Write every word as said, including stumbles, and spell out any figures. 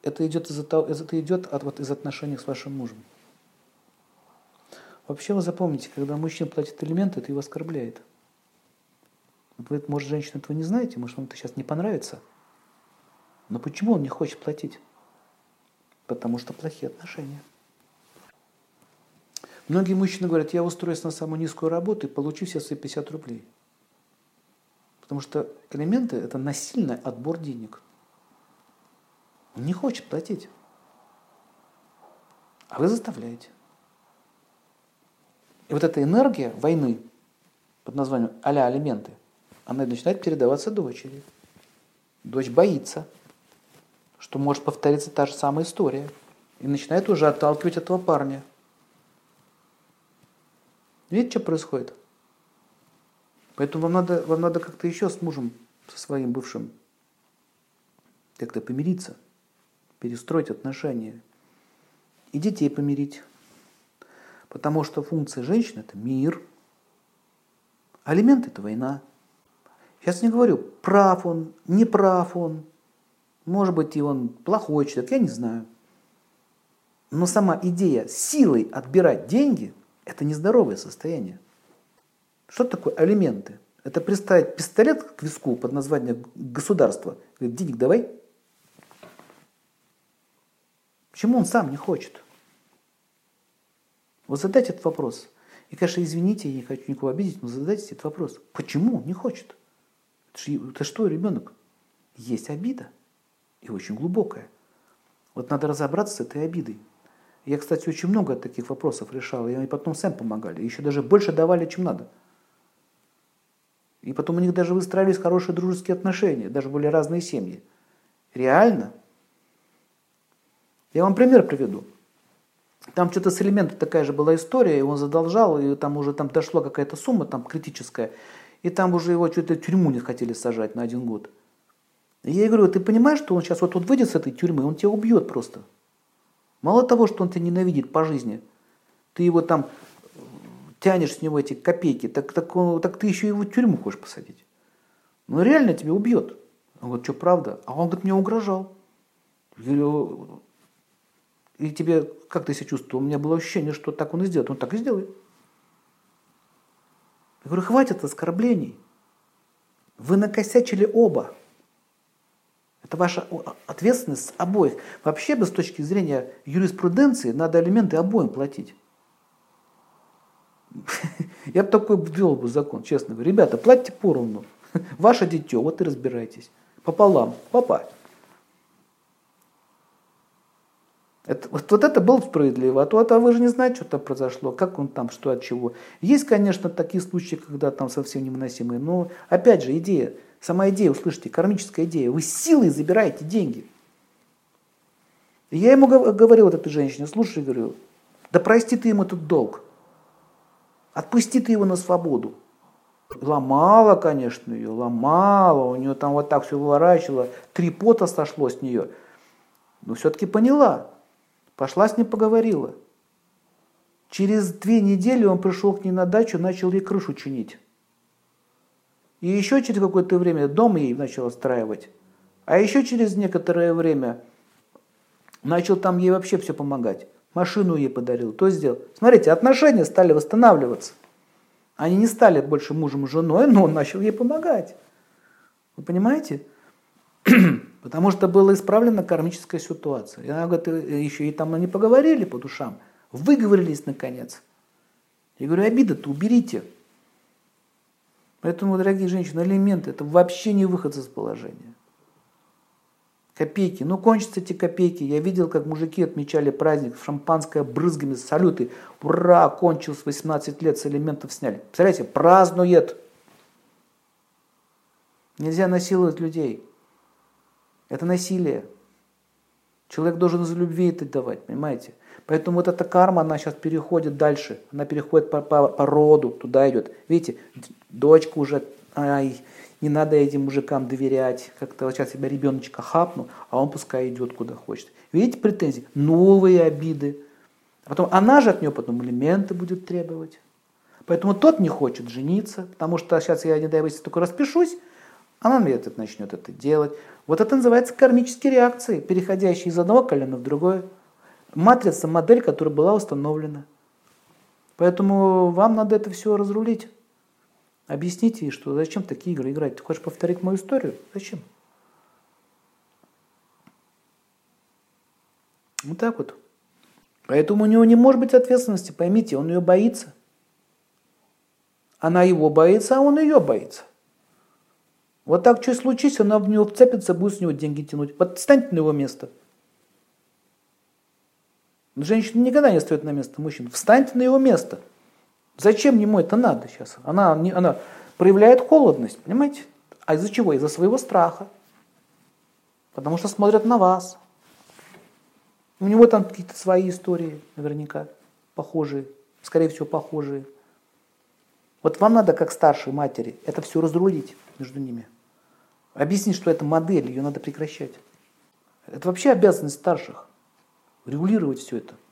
это идет, из-за того, это идет от, вот, из отношений с вашим мужем. Вообще вы запомните, когда мужчина платит алименты, это его оскорбляет. Вы, может, женщина этого не знаете, может, вам это сейчас не понравится. Но почему он не хочет платить? Потому что плохие отношения. Многие мужчины говорят, я устроюсь на самую низкую работу и получу все свои пятьдесят рублей. Потому что алименты – это насильный отбор денег. Он не хочет платить. А вы заставляете. И вот эта энергия войны под названием а-ля алименты, она начинает передаваться дочери. Дочь боится, что может повториться та же самая история. И начинает уже отталкивать этого парня. Видите, что происходит? Поэтому вам надо, вам надо как-то еще с мужем, со своим бывшим, как-то помириться, перестроить отношения. И детей помирить. Потому что функция женщины – это мир. Алименты – это война. Сейчас не говорю, прав он, не прав он. Может быть, и он плохой человек, я не знаю. Но сама идея силой отбирать деньги – это нездоровое состояние. Что такое алименты? Это приставить пистолет к виску под названием государство. Говорит, денег давай. Почему он сам не хочет? Вот задайте этот вопрос. И, конечно, извините, я не хочу никого обидеть, но задайте этот вопрос. Почему он не хочет? Это, же, это что, ребенок? Есть обида. И очень глубокая. Вот надо разобраться с этой обидой. Я, кстати, очень много таких вопросов решал. И потом сам помогали. Еще даже больше давали, чем надо. И потом у них даже выстраивались хорошие дружеские отношения. Даже были разные семьи. Реально. Я вам пример приведу. Там что-то с элементом такая же была история, и он задолжал, и там уже там дошла какая-то сумма там критическая, и там уже его что-то в тюрьму не хотели сажать на один год. И я ей говорю, ты понимаешь, что он сейчас вот, вот выйдет с этой тюрьмы, он тебя убьет просто. Мало того, что он тебя ненавидит по жизни, ты его там тянешь с него эти копейки, так, так, он, так ты еще его в тюрьму хочешь посадить. Ну реально тебя убьет. Он говорит, что правда? А он говорит, мне угрожал. Я говорю, и тебе, как ты себя чувствовал? У меня было ощущение, что так он и сделает. Он так и сделает. Я говорю, хватит оскорблений. Вы накосячили оба. Это ваша ответственность обоих. Вообще, бы с точки зрения юриспруденции, надо алименты обоим платить. Я бы такой ввел бы закон, честно говоря. Ребята, платьте поровну. Ваше дитё, вот и разбирайтесь. Пополам, папа. Это, вот, вот это было справедливо, а то а вы же не знаете, что там произошло, как он там, что от чего. Есть, конечно, такие случаи, когда там совсем невыносимые, но опять же идея, сама идея, услышите, кармическая идея, вы силой забираете деньги. И я ему говорил, вот этой женщине, слушай, говорю, да прости ты ему этот долг, отпусти ты его на свободу. Ломала, конечно, ее, ломала, у нее там вот так все выворачивало, три пота сошло с нее, но все-таки поняла. Пошла с ним поговорила. Через две недели он пришел к ней на дачу, начал ей крышу чинить. И еще через какое-то время дом ей начал отстраивать. А еще через некоторое время начал там ей вообще все помогать. Машину ей подарил, то сделал. Смотрите, отношения стали восстанавливаться. Они не стали больше мужем и женой, но он начал ей помогать. Вы понимаете? Потому что была исправлена кармическая ситуация. И она говорит, еще и там они поговорили по душам, выговорились наконец. Я говорю, обида-то уберите. Поэтому, дорогие женщины, алименты – это вообще не выход из положения. Копейки. Ну, кончатся эти копейки. Я видел, как мужики отмечали праздник, шампанское брызгами, салюты. Ура, кончилось, восемнадцать лет, с алиментов сняли. Представляете, празднует. Нельзя насиловать людей. Это насилие. Человек должен из любви это давать, понимаете? Поэтому вот эта карма, она сейчас переходит дальше. Она переходит по, по, по роду, туда идет. Видите, дочка уже, ай, не надо этим мужикам доверять. Как-то вот сейчас себя ребеночка хапну, а он пускай идет куда хочет. Видите претензии? Новые обиды. А потом она же от нее потом алименты будет требовать. Поэтому тот не хочет жениться, потому что сейчас я, не дай бог, только распишусь, Она это начнет это делать. Вот это называется кармические реакции, переходящие из одного колена в другое. Матрица, модель, которая была установлена. Поэтому вам надо это все разрулить. Объясните ей, что зачем такие игры играть. Ты хочешь повторить мою историю? Зачем? Вот так вот. Поэтому у него не может быть ответственности, поймите, он ее боится. Она его боится, а он ее боится. Вот так что случится, она в него вцепится, будет с него деньги тянуть. Вот встаньте на его место. Женщина никогда не встает на место мужчин. Встаньте на его место. Зачем ему это надо сейчас? Она, она проявляет холодность, понимаете? А из-за чего? Из-за своего страха. Потому что смотрят на вас. У него там какие-то свои истории, наверняка, похожие. Скорее всего, похожие. Вот вам надо, как старшей матери, это все разрулить между ними. Объяснить, что это модель, ее надо прекращать. Это вообще обязанность старших. Регулировать все это.